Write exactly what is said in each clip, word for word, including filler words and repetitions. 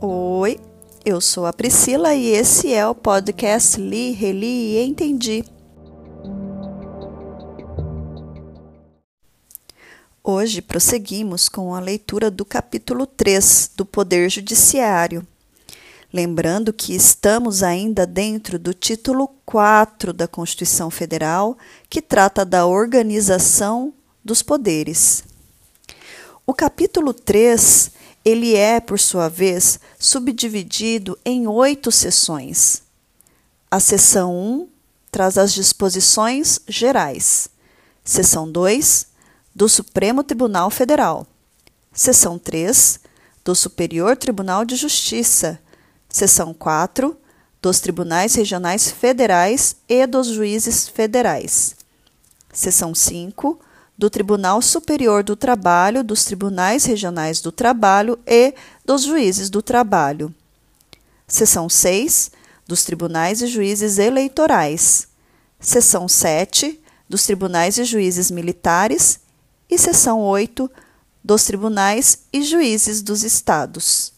Oi, eu sou a Priscila e esse é o podcast Li, Reli e Entendi. Hoje prosseguimos com a leitura do capítulo três do Poder Judiciário. Lembrando que estamos ainda dentro do título quatro da Constituição Federal, que trata da organização dos poderes. O capítulo três, ele é, por sua vez, subdividido em oito seções. A seção um traz as disposições gerais. Seção dois, do Supremo Tribunal Federal. Seção três, do Superior Tribunal de Justiça. Seção quatro, dos Tribunais Regionais Federais e dos Juízes Federais. Seção cinco, do Tribunal Superior do Trabalho, dos Tribunais Regionais do Trabalho e dos Juízes do Trabalho. Seção seis, dos Tribunais e Juízes Eleitorais. Seção sete, dos Tribunais e Juízes Militares. E seção oito, dos Tribunais e Juízes dos Estados.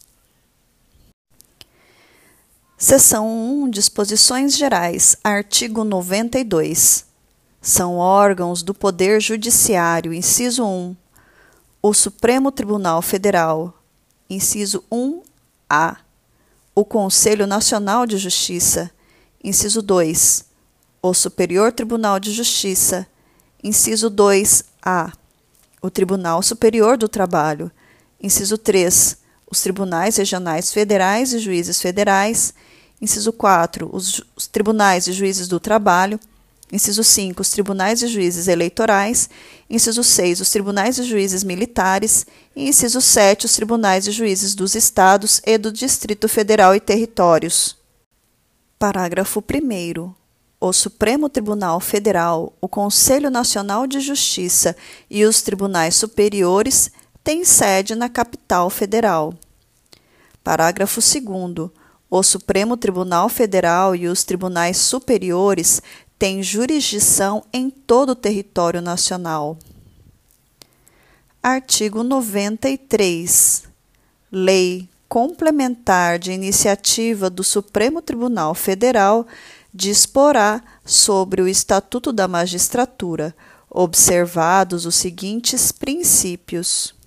Seção um, Disposições Gerais, artigo noventa e dois. São órgãos do Poder Judiciário, inciso um, o Supremo Tribunal Federal, inciso um A, o Conselho Nacional de Justiça, inciso dois, o Superior Tribunal de Justiça, inciso dois A, o Tribunal Superior do Trabalho, inciso três, os Tribunais Regionais Federais e Juízes Federais, inciso quatro, os, os Tribunais e Juízes do Trabalho, inciso cinco, os Tribunais e Juízes Eleitorais, inciso seis, os Tribunais e Juízes Militares, e inciso sete, os Tribunais e Juízes dos Estados e do Distrito Federal e Territórios. Parágrafo primeiro. O Supremo Tribunal Federal, o Conselho Nacional de Justiça e os Tribunais Superiores têm sede na capital federal. Parágrafo segundo. O Supremo Tribunal Federal e os Tribunais Superiores têm jurisdição em todo o território nacional. Artigo noventa e três. Lei complementar de iniciativa do Supremo Tribunal Federal disporá sobre o Estatuto da Magistratura, observados os seguintes princípios.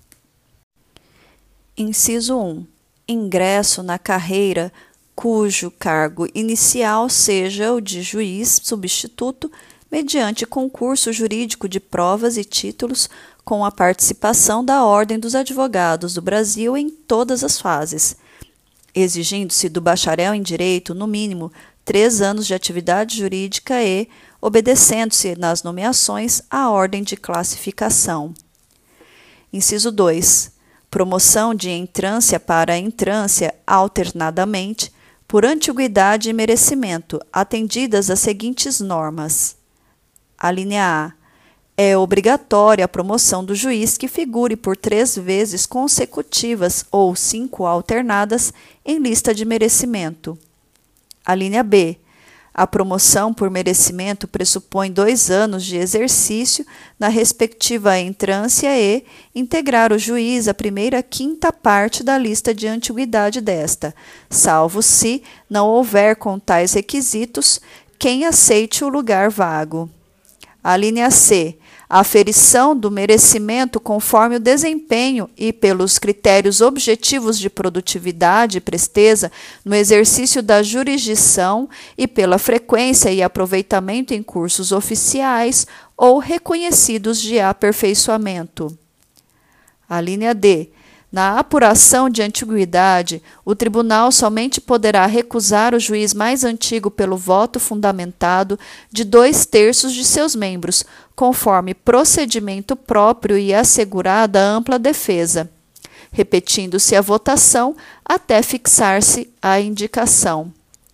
Inciso um. Ingresso na carreira cujo cargo inicial seja o de juiz substituto, mediante concurso jurídico de provas e títulos, com a participação da Ordem dos Advogados do Brasil em todas as fases, exigindo-se do bacharel em direito, no mínimo, três anos de atividade jurídica e, obedecendo-se nas nomeações, à ordem de classificação. Inciso dois. Promoção de entrância para entrância alternadamente, por antiguidade e merecimento, atendidas as seguintes normas. A linha A. É obrigatória a promoção do juiz que figure por três vezes consecutivas ou cinco alternadas em lista de merecimento. A linha B. A promoção por merecimento pressupõe dois anos de exercício na respectiva entrância e integrar o juiz a primeira quinta parte da lista de antiguidade desta, salvo se não houver com tais requisitos quem aceite o lugar vago. A linha C. A aferição do merecimento conforme o desempenho e pelos critérios objetivos de produtividade e presteza no exercício da jurisdição e pela frequência e aproveitamento em cursos oficiais ou reconhecidos de aperfeiçoamento. A linha D. Na apuração de antiguidade, o tribunal somente poderá recusar o juiz mais antigo pelo voto fundamentado de dois terços de seus membros, conforme procedimento próprio e assegurada ampla defesa, repetindo-se a votação até fixar-se a indicação.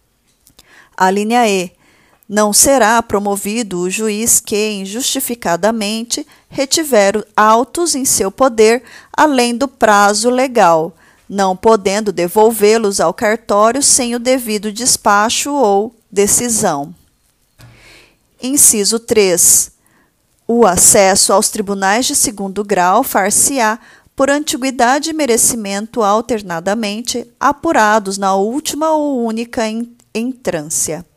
A linha E. Não será promovido o juiz que, injustificadamente, retiver autos em seu poder além do prazo legal, não podendo devolvê-los ao cartório sem o devido despacho ou decisão. Inciso três. O acesso aos tribunais de segundo grau far-se-á por antiguidade e merecimento alternadamente, apurados na última ou única entrância.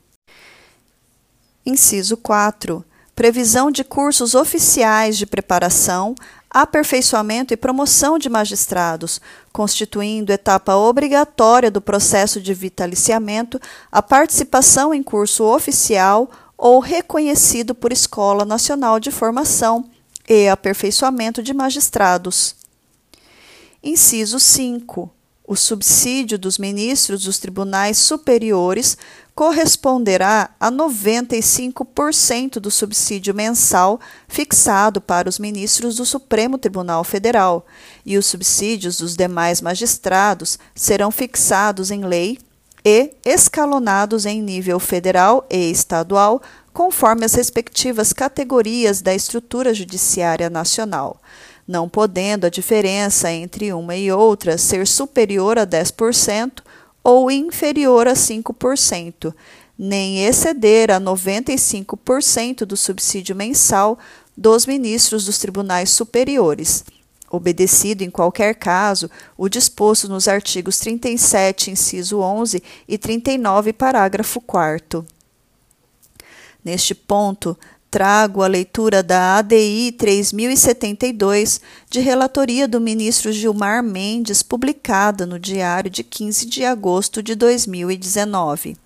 Inciso quatro. Previsão de cursos oficiais de preparação, aperfeiçoamento e promoção de magistrados, constituindo etapa obrigatória do processo de vitaliciamento a participação em curso oficial ou reconhecido por Escola Nacional de Formação e Aperfeiçoamento de Magistrados. Inciso cinco. O subsídio dos ministros dos tribunais superiores corresponderá a noventa e cinco por cento do subsídio mensal fixado para os ministros do Supremo Tribunal Federal, e os subsídios dos demais magistrados serão fixados em lei e escalonados em nível federal e estadual, conforme as respectivas categorias da estrutura judiciária nacional, não podendo a diferença entre uma e outra ser superior a dez por cento ou inferior a cinco por cento, nem exceder a noventa e cinco por cento do subsídio mensal dos ministros dos tribunais superiores, obedecido em qualquer caso o disposto nos artigos trinta e sete, inciso onze e trinta e nove, parágrafo quarto. Neste ponto, trago a leitura da A D I três mil e setenta e dois, de relatoria do ministro Gilmar Mendes, publicada no Diário de quinze de agosto de dois mil e dezenove.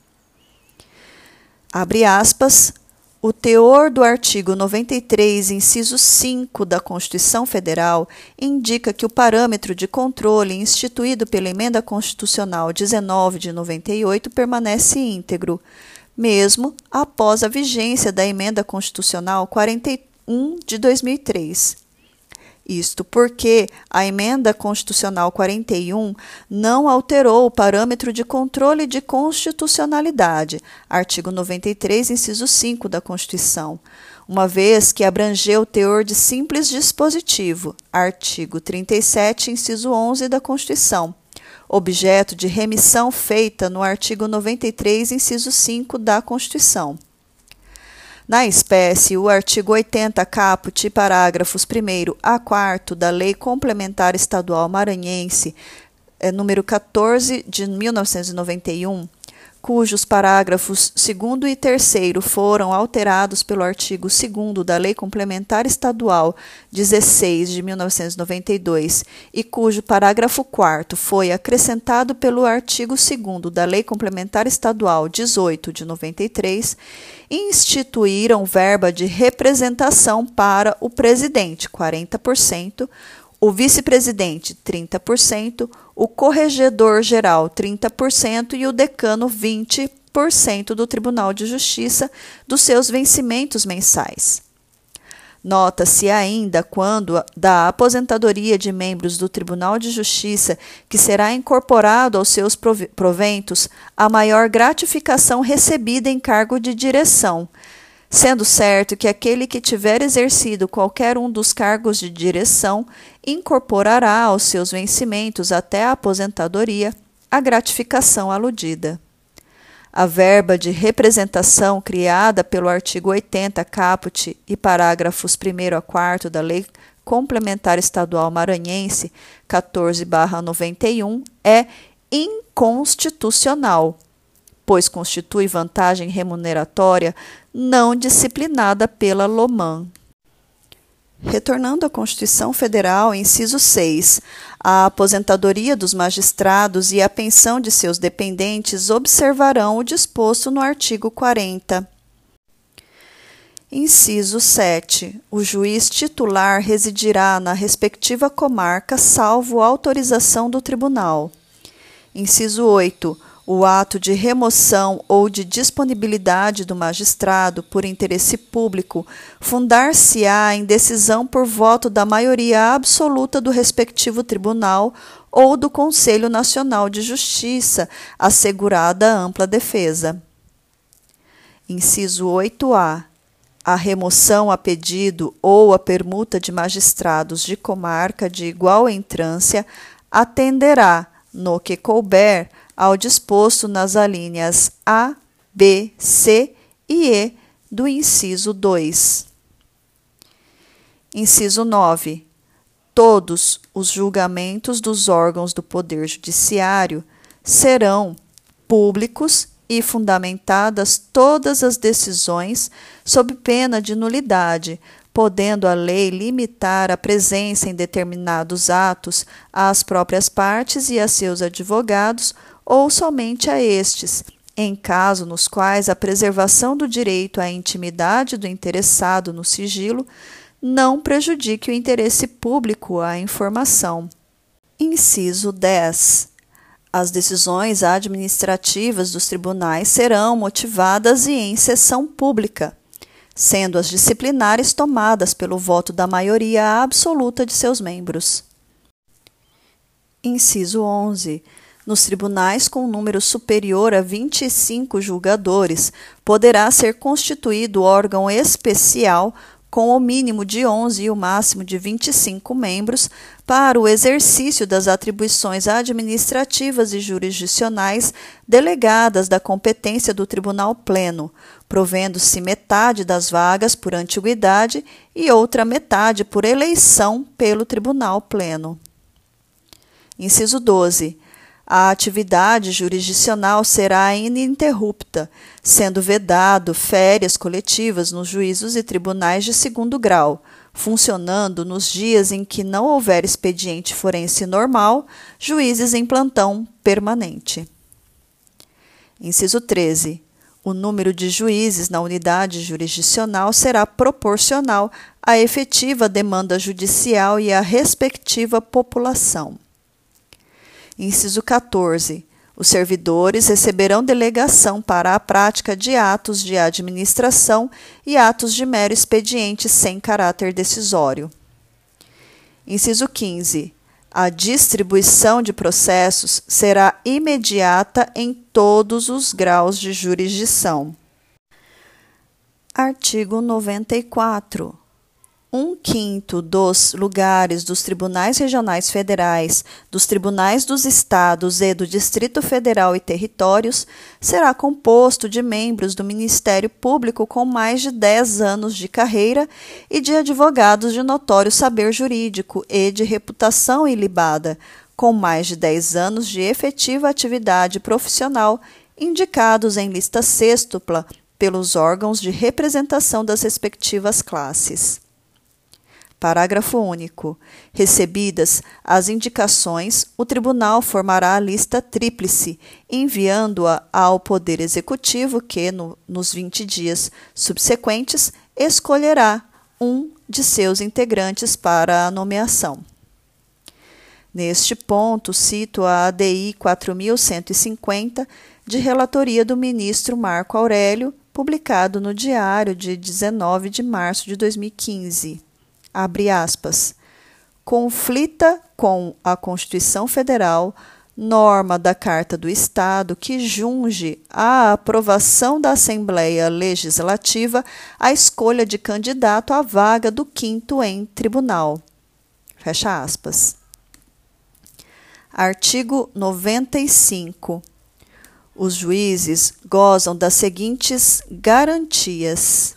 Abre aspas. O teor do artigo noventa e três, inciso cinco da Constituição Federal indica que o parâmetro de controle instituído pela Emenda Constitucional dezenove de noventa e oito permanece íntegro, mesmo após a vigência da Emenda Constitucional quarenta e um de dois mil e três. Isto porque a Emenda Constitucional quarenta e um não alterou o parâmetro de controle de constitucionalidade, artigo noventa e três, inciso cinco da Constituição, uma vez que abrangeu o teor de simples dispositivo, artigo trinta e sete, inciso onze da Constituição, objeto de remissão feita no artigo noventa e três, inciso cinco da Constituição. Na espécie, o artigo oitenta caput, parágrafos primeiro a quarto da Lei Complementar Estadual Maranhense, é, número quatorze de mil novecentos e noventa e um, cujos parágrafos segundo e terceiro foram alterados pelo artigo segundo da Lei Complementar Estadual dezesseis de mil novecentos e noventa e dois e cujo parágrafo quarto foi acrescentado pelo artigo segundo da Lei Complementar Estadual dezoito de noventa e três, instituíram verba de representação para o presidente, quarenta por cento, o vice-presidente, trinta por cento, o corregedor-geral, trinta por cento e o decano, vinte por cento do Tribunal de Justiça dos seus vencimentos mensais. Nota-se ainda quando da aposentadoria de membros do Tribunal de Justiça, que será incorporado aos seus proventos a maior gratificação recebida em cargo de direção, sendo certo que aquele que tiver exercido qualquer um dos cargos de direção incorporará aos seus vencimentos até a aposentadoria a gratificação aludida. A verba de representação criada pelo artigo oitenta caput e parágrafos primeiro a quarto da Lei Complementar Estadual Maranhense quatorze barra noventa e um é inconstitucional, pois constitui vantagem remuneratória não disciplinada pela LOMAN. Retornando à Constituição Federal, inciso seis, a aposentadoria dos magistrados e a pensão de seus dependentes observarão o disposto no artigo quarenta. Inciso sete. O juiz titular residirá na respectiva comarca, salvo autorização do tribunal. Inciso oito. O ato de remoção ou de disponibilidade do magistrado por interesse público fundar-se-á em decisão por voto da maioria absoluta do respectivo tribunal ou do Conselho Nacional de Justiça, assegurada ampla defesa. Inciso oito A. A remoção a pedido ou a permuta de magistrados de comarca de igual entrância atenderá, no que couber, ao disposto nas alíneas A, B, C e E do inciso dois. Inciso nove. Todos os julgamentos dos órgãos do Poder Judiciário serão públicos e fundamentadas todas as decisões sob pena de nulidade, podendo a lei limitar a presença em determinados atos às próprias partes e a seus advogados ou somente a estes, em caso nos quais a preservação do direito à intimidade do interessado no sigilo não prejudique o interesse público à informação. Inciso dez. As decisões administrativas dos tribunais serão motivadas e em sessão pública, sendo as disciplinares tomadas pelo voto da maioria absoluta de seus membros. Inciso onze. Nos tribunais com número superior a vinte e cinco julgadores, poderá ser constituído órgão especial com o mínimo de onze e o máximo de vinte e cinco membros, para o exercício das atribuições administrativas e jurisdicionais delegadas da competência do Tribunal Pleno, provendo-se metade das vagas por antiguidade e outra metade por eleição pelo Tribunal Pleno. Inciso doze. A atividade jurisdicional será ininterrupta, sendo vedado férias coletivas nos juízos e tribunais de segundo grau, funcionando nos dias em que não houver expediente forense normal, juízes em plantão permanente. Inciso treze. O número de juízes na unidade jurisdicional será proporcional à efetiva demanda judicial e à respectiva população. Inciso quatorze. Os servidores receberão delegação para a prática de atos de administração e atos de mero expediente sem caráter decisório. Inciso quinze. A distribuição de processos será imediata em todos os graus de jurisdição. Artigo noventa e quatro. Um quinto dos lugares dos tribunais regionais federais, dos tribunais dos estados e do Distrito Federal e territórios será composto de membros do Ministério Público com mais de dez anos de carreira e de advogados de notório saber jurídico e de reputação ilibada, com mais de dez anos de efetiva atividade profissional, indicados em lista sêxtupla pelos órgãos de representação das respectivas classes. Parágrafo único. Recebidas as indicações, o tribunal formará a lista tríplice, enviando-a ao Poder Executivo que, no, nos vinte dias subsequentes, escolherá um de seus integrantes para a nomeação. Neste ponto, cito a A D I quatro mil cento e cinquenta, de relatoria do ministro Marco Aurélio, publicado no Diário de dezenove de março de dois mil e quinze. Abre aspas, conflita com a Constituição Federal, norma da Carta do Estado que junge à aprovação da Assembleia Legislativa a escolha de candidato à vaga do quinto em tribunal. Fecha aspas. Artigo noventa e cinco. Os juízes gozam das seguintes garantias.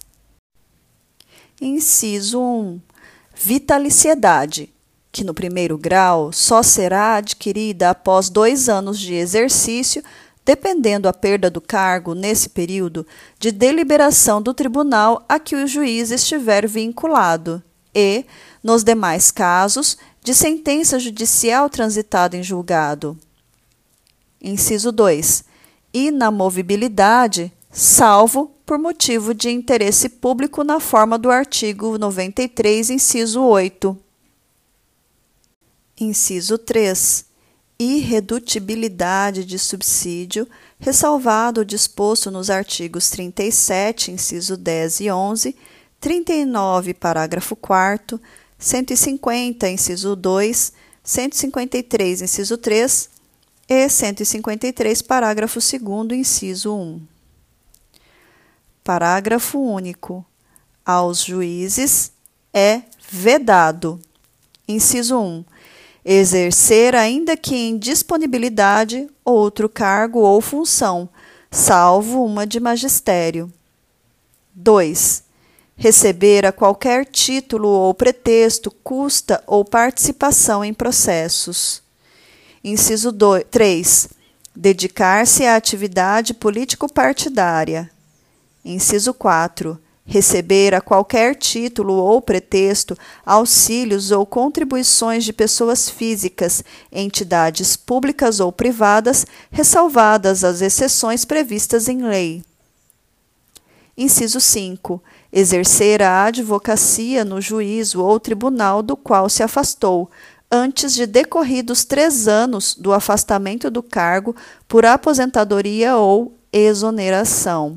Inciso um. Vitaliciedade, que no primeiro grau só será adquirida após dois anos de exercício, dependendo a perda do cargo nesse período de deliberação do tribunal a que o juiz estiver vinculado e, nos demais casos, de sentença judicial transitada em julgado. Inciso dois. Inamovibilidade, salvo por motivo de interesse público na forma do artigo noventa e três, inciso oito. Inciso três. Irredutibilidade de subsídio, ressalvado o disposto nos artigos trinta e sete, inciso dez e onze, trinta e nove, parágrafo quarto, cento e cinquenta, inciso dois, cento e cinquenta e três, inciso três e cento e cinquenta e três, parágrafo segundo, inciso um. Parágrafo único. Aos juízes é vedado. Inciso um. Exercer, ainda que em disponibilidade, outro cargo ou função, salvo uma de magistério. dois. receber a qualquer título ou pretexto custa ou participação em processos. Inciso três. Dedicar-se à atividade político-partidária. Inciso quatro. Receber a qualquer título ou pretexto auxílios ou contribuições de pessoas físicas, entidades públicas ou privadas, ressalvadas as exceções previstas em lei. Inciso cinco. Exercer a advocacia no juízo ou tribunal do qual se afastou, antes de decorridos três anos do afastamento do cargo por aposentadoria ou exoneração.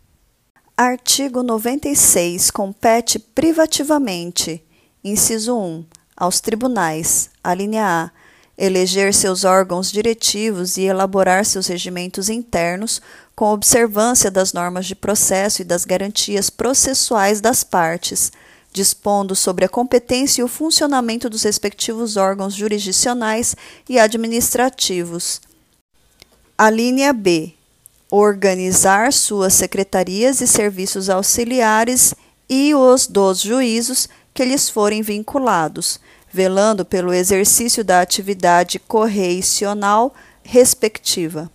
Artigo noventa e seis. Compete privativamente. Inciso um. Aos tribunais. Alínea A. Eleger seus órgãos diretivos e elaborar seus regimentos internos com observância das normas de processo e das garantias processuais das partes, dispondo sobre a competência e o funcionamento dos respectivos órgãos jurisdicionais e administrativos. Alínea B. Organizar suas secretarias e serviços auxiliares e os dos juízos que lhes forem vinculados, velando pelo exercício da atividade correicional respectiva.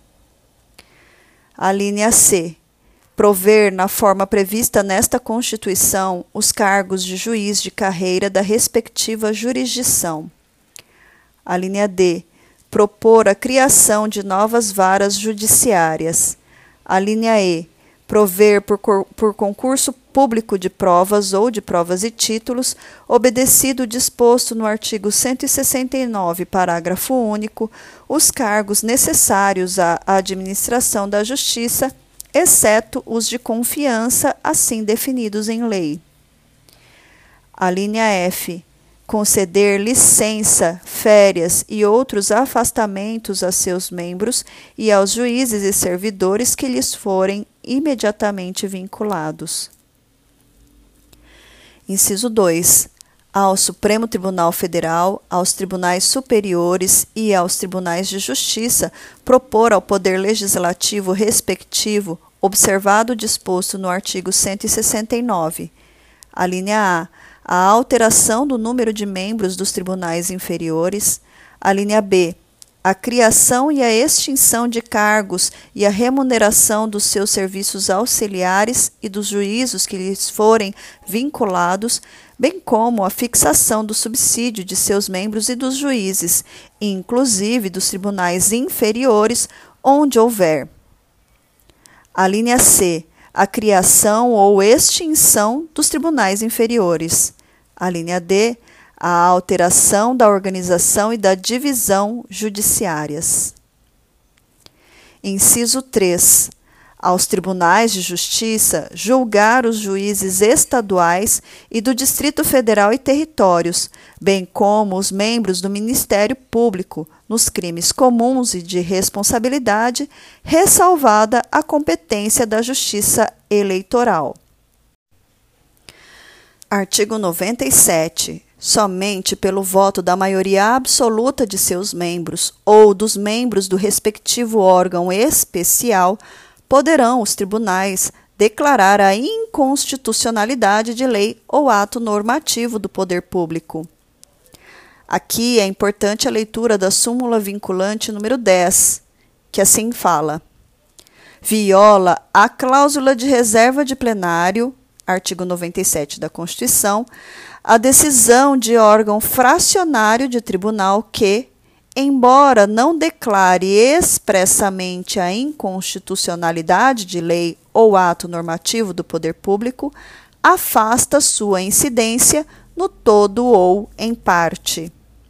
Alínea C. Prover, na forma prevista nesta Constituição, os cargos de juiz de carreira da respectiva jurisdição. Alínea D. Propor a criação de novas varas judiciárias. Alínea E. Prover por, por concurso público de provas ou de provas e títulos, obedecido o disposto no artigo cento e sessenta e nove, parágrafo único, os cargos necessários à administração da Justiça, exceto os de confiança, assim definidos em lei. Alínea F. Conceder licença, férias e outros afastamentos a seus membros e aos juízes e servidores que lhes forem imediatamente vinculados. Inciso dois. Ao Supremo Tribunal Federal, aos tribunais superiores e aos tribunais de justiça, propor ao Poder Legislativo respectivo, observado o disposto no artigo cento e sessenta e nove. Alínea A. A alteração do número de membros dos tribunais inferiores. Alínea B. A criação e a extinção de cargos e a remuneração dos seus serviços auxiliares e dos juízos que lhes forem vinculados, bem como a fixação do subsídio de seus membros e dos juízes, inclusive dos tribunais inferiores, onde houver. Alínea C. A criação ou extinção dos tribunais inferiores. Alínea D. A alteração da organização e da divisão judiciárias. Inciso três. Aos tribunais de justiça julgar os juízes estaduais e do Distrito Federal e territórios, bem como os membros do Ministério Público, nos crimes comuns e de responsabilidade, ressalvada a competência da Justiça Eleitoral. Artigo noventa e sete. Somente pelo voto da maioria absoluta de seus membros ou dos membros do respectivo órgão especial poderão os tribunais declarar a inconstitucionalidade de lei ou ato normativo do poder público. Aqui é importante a leitura da súmula vinculante número dez, que assim fala: viola a cláusula de reserva de plenário, artigo noventa e sete da Constituição, a decisão de órgão fracionário de tribunal que, embora não declare expressamente a inconstitucionalidade de lei ou ato normativo do poder público, afasta sua incidência no todo ou em parte.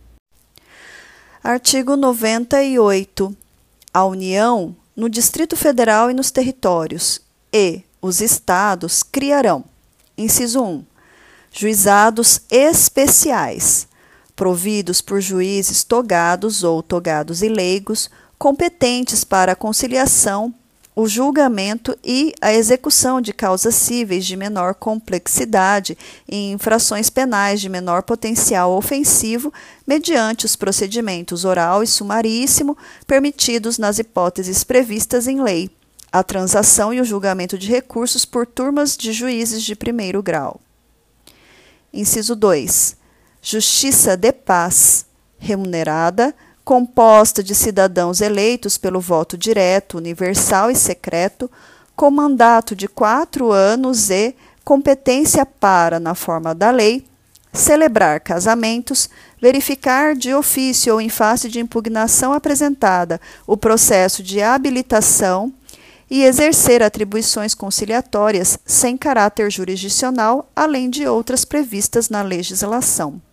Artigo noventa e oito. A União, no Distrito Federal e nos territórios, e os Estados criarão, inciso um, juizados especiais, providos por juízes togados ou togados e leigos, competentes para a conciliação, o julgamento e a execução de causas cíveis de menor complexidade e infrações penais de menor potencial ofensivo, mediante os procedimentos oral e sumaríssimo permitidos nas hipóteses previstas em lei, a transação e o julgamento de recursos por turmas de juízes de primeiro grau. Inciso dois. Justiça de paz, remunerada, composta de cidadãos eleitos pelo voto direto, universal e secreto, com mandato de quatro anos e competência para, na forma da lei, celebrar casamentos, verificar de ofício ou em face de impugnação apresentada o processo de habilitação e exercer atribuições conciliatórias sem caráter jurisdicional, além de outras previstas na legislação.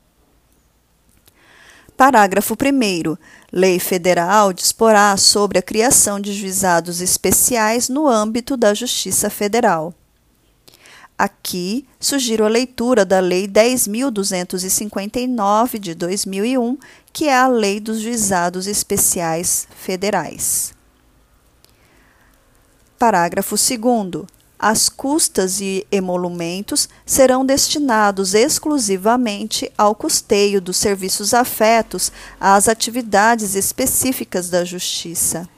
Parágrafo primeiro. Lei federal disporá sobre a criação de juizados especiais no âmbito da Justiça Federal. Aqui, sugiro a leitura da Lei dez mil duzentos e cinquenta e nove, de dois mil e um, que é a Lei dos Juizados Especiais Federais. Parágrafo segundo. As custas e emolumentos serão destinados exclusivamente ao custeio dos serviços afetos às atividades específicas da Justiça.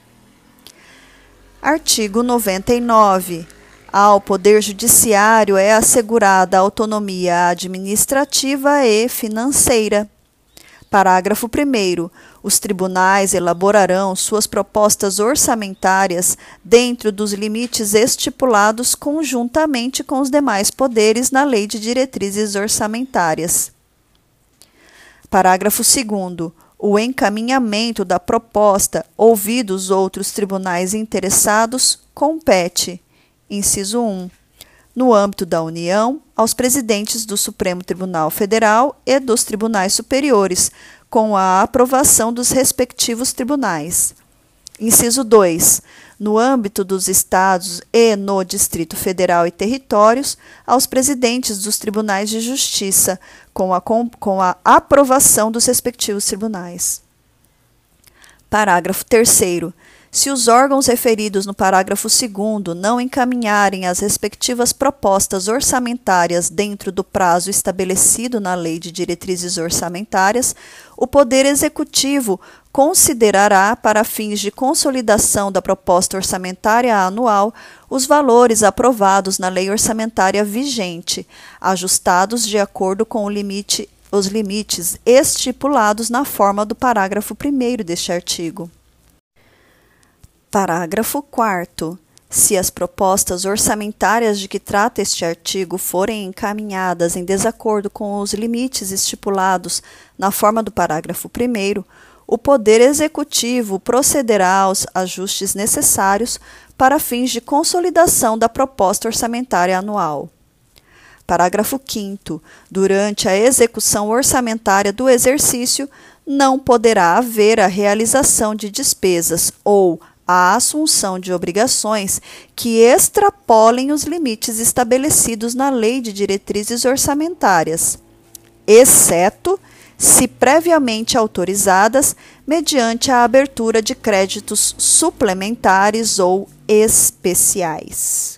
Artigo noventa e nove. Ao Poder Judiciário é assegurada a autonomia administrativa e financeira. Parágrafo primeiro. Os tribunais elaborarão suas propostas orçamentárias dentro dos limites estipulados conjuntamente com os demais poderes na Lei de Diretrizes Orçamentárias. Parágrafo segundo. O encaminhamento da proposta, ouvidos outros tribunais interessados, compete, inciso um, no âmbito da União, aos presidentes do Supremo Tribunal Federal e dos tribunais superiores, com a aprovação dos respectivos tribunais. Inciso dois. No âmbito dos Estados e no Distrito Federal e territórios, aos presidentes dos tribunais de justiça, com a, com a aprovação dos respectivos tribunais. Parágrafo terceiro. Se os órgãos referidos no parágrafo segundo não encaminharem as respectivas propostas orçamentárias dentro do prazo estabelecido na Lei de Diretrizes Orçamentárias, o Poder Executivo considerará, para fins de consolidação da proposta orçamentária anual, os valores aprovados na lei orçamentária vigente, ajustados de acordo com o limite, os limites estipulados na forma do parágrafo primeiro deste artigo. Parágrafo quarto. Se as propostas orçamentárias de que trata este artigo forem encaminhadas em desacordo com os limites estipulados na forma do parágrafo primeiro, o Poder Executivo procederá aos ajustes necessários para fins de consolidação da proposta orçamentária anual. Parágrafo quinto. Durante a execução orçamentária do exercício, não poderá haver a realização de despesas ou a assunção de obrigações que extrapolem os limites estabelecidos na Lei de Diretrizes Orçamentárias, exceto se previamente autorizadas mediante a abertura de créditos suplementares ou especiais.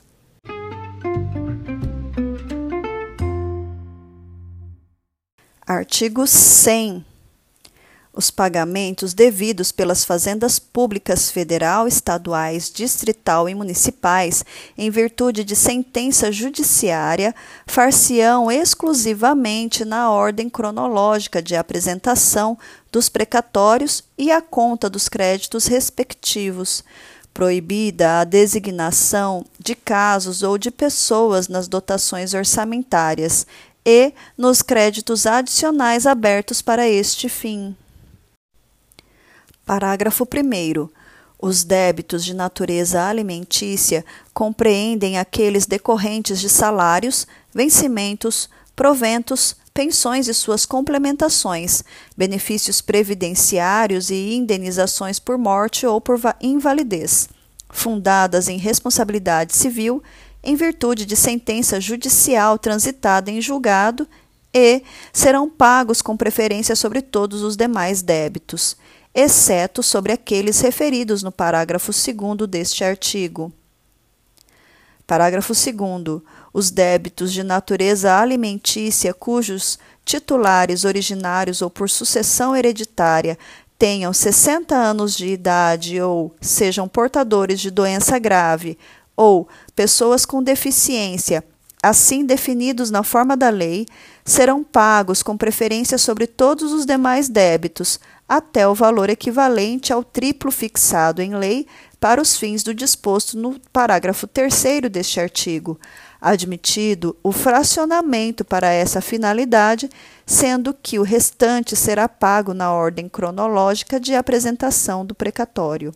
Artigo cem. Os pagamentos devidos pelas fazendas públicas federal, estaduais, distrital e municipais, em virtude de sentença judiciária, far-se-ão exclusivamente na ordem cronológica de apresentação dos precatórios e à conta dos créditos respectivos, proibida a designação de casos ou de pessoas nas dotações orçamentárias e nos créditos adicionais abertos para este fim. Parágrafo primeiro. Os débitos de natureza alimentícia compreendem aqueles decorrentes de salários, vencimentos, proventos, pensões e suas complementações, benefícios previdenciários e indenizações por morte ou por invalidez, fundadas em responsabilidade civil, em virtude de sentença judicial transitada em julgado e serão pagos com preferência sobre todos os demais débitos, exceto sobre aqueles referidos no parágrafo segundo deste artigo. Parágrafo segundo. Os débitos de natureza alimentícia cujos titulares originários ou por sucessão hereditária tenham sessenta anos de idade ou sejam portadores de doença grave ou pessoas com deficiência assim definidos na forma da lei, serão pagos com preferência sobre todos os demais débitos, até o valor equivalente ao triplo fixado em lei para os fins do disposto no parágrafo terceiro deste artigo, admitido o fracionamento para essa finalidade, sendo que o restante será pago na ordem cronológica de apresentação do precatório.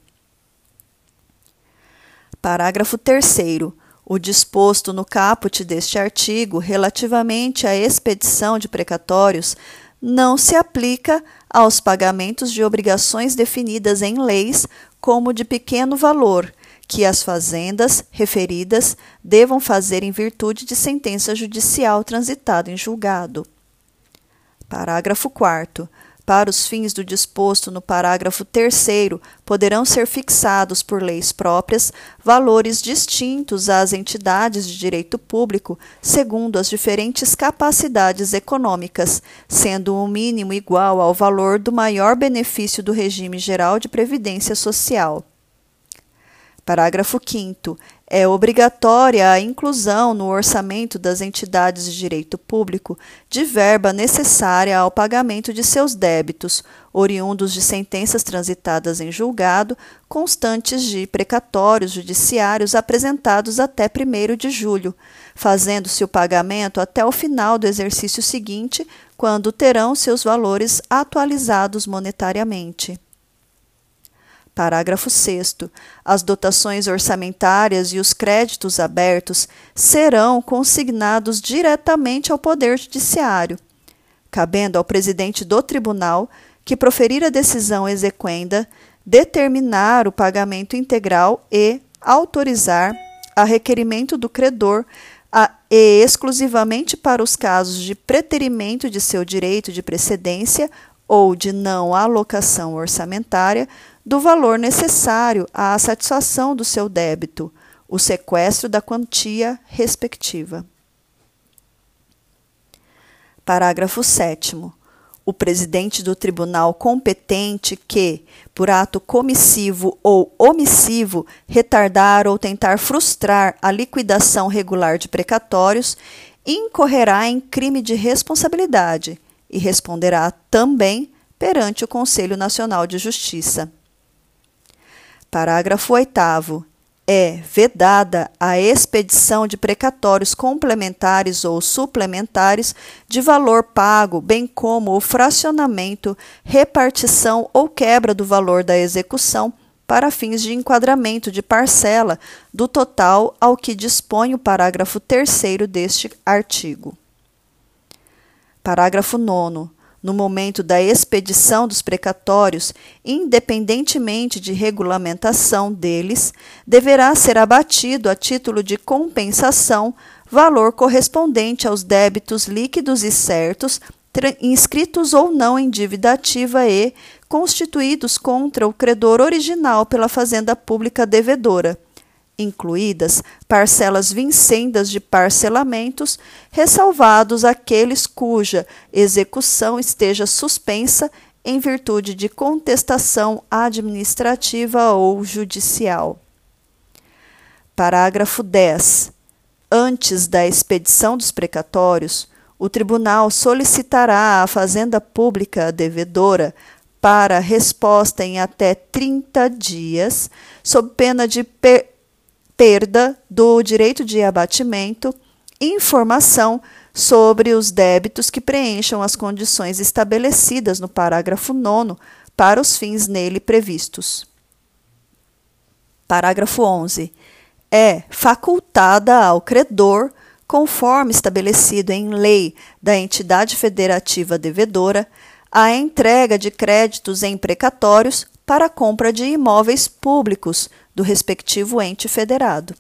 Parágrafo terceiro. O disposto no caput deste artigo relativamente à expedição de precatórios não se aplica aos pagamentos de obrigações definidas em leis como de pequeno valor, que as fazendas referidas devam fazer em virtude de sentença judicial transitada em julgado. Parágrafo quarto. Para os fins do disposto no parágrafo terceiro, poderão ser fixados por leis próprias valores distintos às entidades de direito público, segundo as diferentes capacidades econômicas, sendo o mínimo igual ao valor do maior benefício do regime geral de previdência social. Parágrafo quinto. É obrigatória a inclusão no orçamento das entidades de direito público de verba necessária ao pagamento de seus débitos, oriundos de sentenças transitadas em julgado, constantes de precatórios judiciários apresentados até primeiro de julho, fazendo-se o pagamento até o final do exercício seguinte, quando terão seus valores atualizados monetariamente. Parágrafo sexto. As dotações orçamentárias e os créditos abertos serão consignados diretamente ao Poder Judiciário, cabendo ao presidente do tribunal, que proferir a decisão exequenda, determinar o pagamento integral e autorizar, a requerimento do credor, a, e exclusivamente para os casos de preterimento de seu direito de precedência ou de não alocação orçamentária, do valor necessário à satisfação do seu débito, o sequestro da quantia respectiva. Parágrafo sétimo. O presidente do tribunal competente que, por ato comissivo ou omissivo, retardar ou tentar frustrar a liquidação regular de precatórios, incorrerá em crime de responsabilidade e responderá também perante o Conselho Nacional de Justiça. Parágrafo oitavo. É vedada a expedição de precatórios complementares ou suplementares de valor pago, bem como o fracionamento, repartição ou quebra do valor da execução para fins de enquadramento de parcela do total ao que dispõe o parágrafo terceiro deste artigo. Parágrafo nono. No momento da expedição dos precatórios, independentemente de regulamentação deles, deverá ser abatido a título de compensação valor correspondente aos débitos líquidos e certos, inscritos ou não em dívida ativa e constituídos contra o credor original pela fazenda pública devedora, incluídas parcelas vincendas de parcelamentos, ressalvados aqueles cuja execução esteja suspensa em virtude de contestação administrativa ou judicial. Parágrafo dez. Antes da expedição dos precatórios, o tribunal solicitará à fazenda pública devedora para resposta em até trinta dias, sob pena de per perda do direito de abatimento, informação sobre os débitos que preencham as condições estabelecidas no parágrafo nono para os fins nele previstos. Parágrafo onze. É facultada ao credor, conforme estabelecido em lei da entidade federativa devedora, a entrega de créditos em precatórios para a compra de imóveis públicos do respectivo ente federado.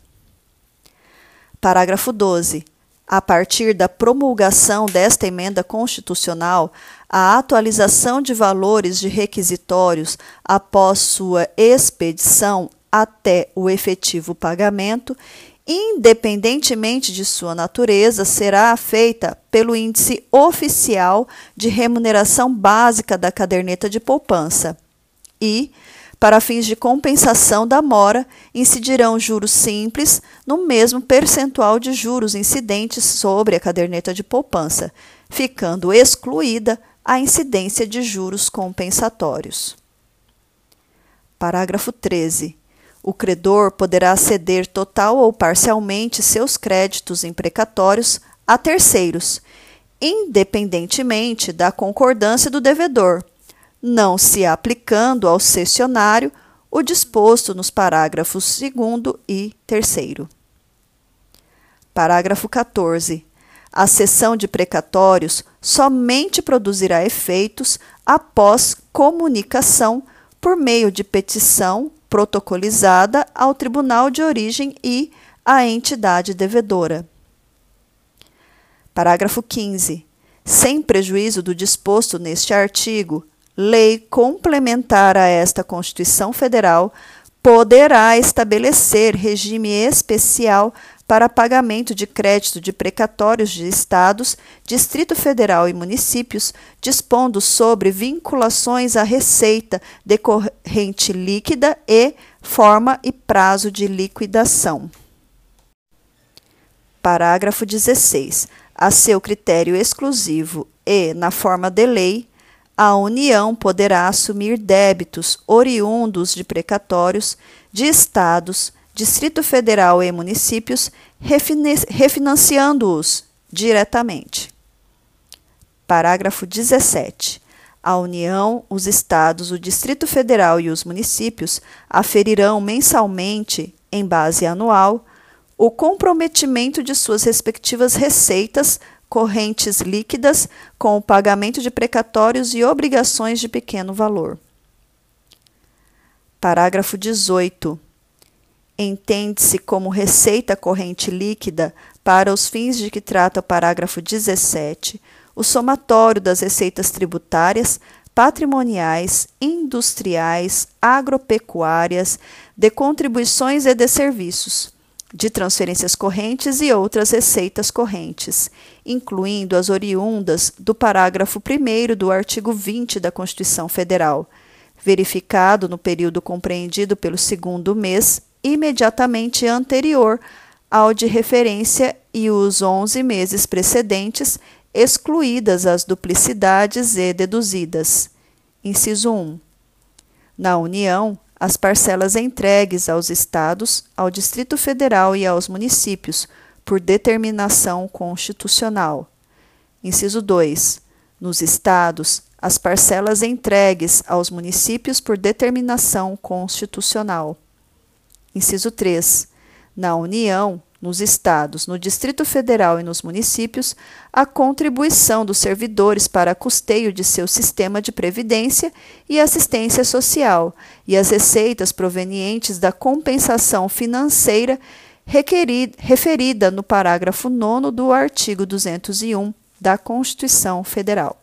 Parágrafo doze. A partir da promulgação desta emenda constitucional, a atualização de valores de requisitórios após sua expedição até o efetivo pagamento, independentemente de sua natureza, será feita pelo Índice Oficial de Remuneração Básica da Caderneta de Poupança e, Para fins de compensação da mora, incidirão juros simples no mesmo percentual de juros incidentes sobre a caderneta de poupança, ficando excluída a incidência de juros compensatórios. Parágrafo treze. O credor poderá ceder total ou parcialmente seus créditos imprecatórios a terceiros, independentemente da concordância do devedor, não se aplicando ao cessionário o disposto nos parágrafos segundo e terceiro. Parágrafo quatorze. A cessão de precatórios somente produzirá efeitos após comunicação por meio de petição protocolizada ao tribunal de origem e à entidade devedora. Parágrafo quinze. Sem prejuízo do disposto neste artigo, lei complementar a esta Constituição Federal poderá estabelecer regime especial para pagamento de crédito de precatórios de estados, Distrito Federal e municípios, dispondo sobre vinculações à receita decorrente líquida e forma e prazo de liquidação. Parágrafo dezesseis. A seu critério exclusivo e na forma de lei, a União poderá assumir débitos oriundos de precatórios de estados, Distrito Federal e municípios, refinanciando-os diretamente. Parágrafo dezessete. A União, os estados, o Distrito Federal e os municípios aferirão mensalmente, em base anual, o comprometimento de suas respectivas receitas correntes líquidas com o pagamento de precatórios e obrigações de pequeno valor. Parágrafo dezoito. Entende-se como receita corrente líquida, para os fins de que trata o parágrafo dezessete, o somatório das receitas tributárias, patrimoniais, industriais, agropecuárias, de contribuições e de serviços, de transferências correntes e outras receitas correntes, incluindo as oriundas do parágrafo primeiro do artigo vinte da Constituição Federal, verificado no período compreendido pelo segundo mês imediatamente anterior ao de referência e os onze meses precedentes, excluídas as duplicidades e deduzidas. Inciso um. Na União, as parcelas entregues aos Estados, ao Distrito Federal e aos municípios, por determinação constitucional. Inciso dois. Nos Estados, as parcelas entregues aos municípios por determinação constitucional. Inciso três. Na União, nos Estados, no Distrito Federal e nos municípios, a contribuição dos servidores para custeio de seu sistema de previdência e assistência social e as receitas provenientes da compensação financeira requerida, referida no parágrafo nono do artigo duzentos e um da Constituição Federal.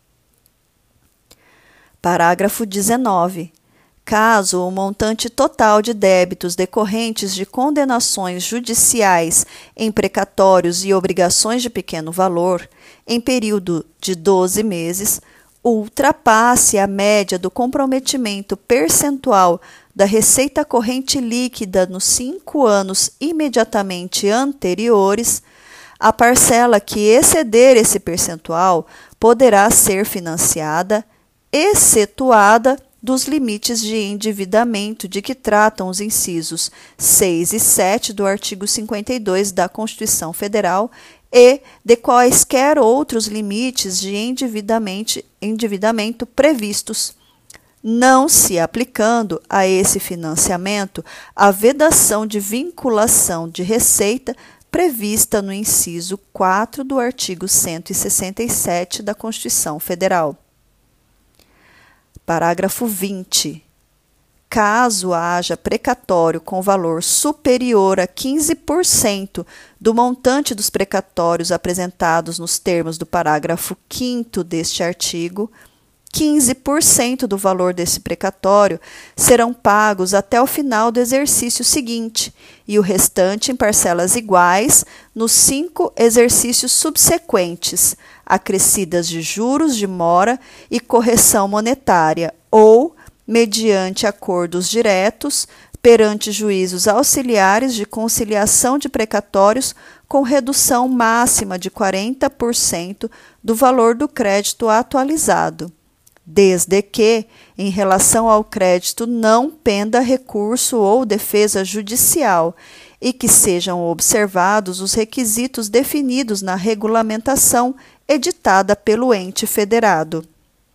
Parágrafo dezenove. Caso o montante total de débitos decorrentes de condenações judiciais em precatórios e obrigações de pequeno valor, em período de doze meses, ultrapasse a média do comprometimento percentual da receita corrente líquida nos cinco anos imediatamente anteriores, a parcela que exceder esse percentual poderá ser financiada, excetuada dos limites de endividamento de que tratam os incisos seis e sete do artigo cinquenta e dois da Constituição Federal e de quaisquer outros limites de endividamento, endividamento previstos, não se aplicando a esse financiamento a vedação de vinculação de receita prevista no inciso quatro do artigo cento e sessenta e sete da Constituição Federal. Parágrafo vinte. Caso haja precatório com valor superior a quinze por cento do montante dos precatórios apresentados nos termos do parágrafo quinto deste artigo, quinze por cento do valor desse precatório serão pagos até o final do exercício seguinte e o restante em parcelas iguais nos cinco exercícios subsequentes, acrescidas de juros de mora e correção monetária, ou mediante acordos diretos, perante juízos auxiliares de conciliação de precatórios com redução máxima de quarenta por cento do valor do crédito atualizado, desde que, em relação ao crédito, não penda recurso ou defesa judicial e que sejam observados os requisitos definidos na regulamentação editada pelo ente federado.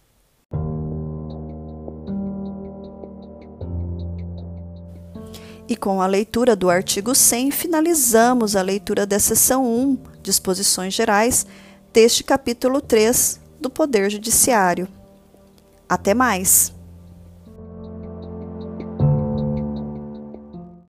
E com a leitura do artigo cem, finalizamos a leitura da seção um, Disposições Gerais, deste capítulo três do Poder Judiciário. Até mais!